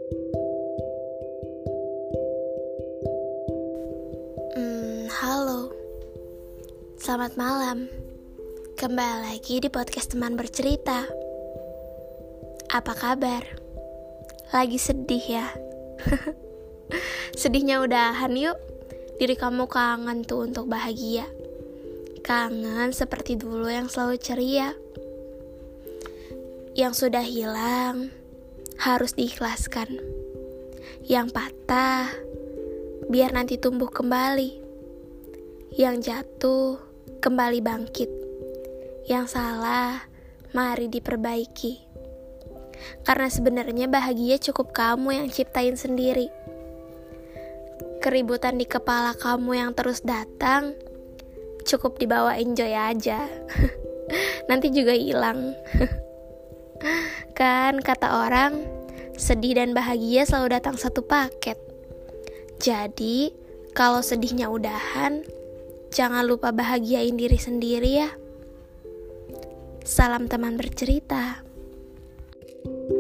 Halo, selamat malam. Kembali lagi di podcast teman bercerita. Apa kabar? Lagi sedih ya? Sedihnya udahan yuk. Diri kamu kangen tuh untuk bahagia. Kangen seperti dulu yang selalu ceria. Yang sudah hilang harus diikhlaskan. Yang patah biar nanti tumbuh kembali. Yang jatuh kembali bangkit. Yang salah mari diperbaiki. Karena sebenarnya bahagia cukup kamu yang ciptain sendiri. Keributan di kepala kamu yang terus datang cukup dibawa enjoy aja. Nanti juga hilang. Kan kata orang, sedih dan bahagia selalu datang satu paket. Jadi kalau sedihnya udahan, jangan lupa bahagiain diri sendiri ya. Salam teman bercerita.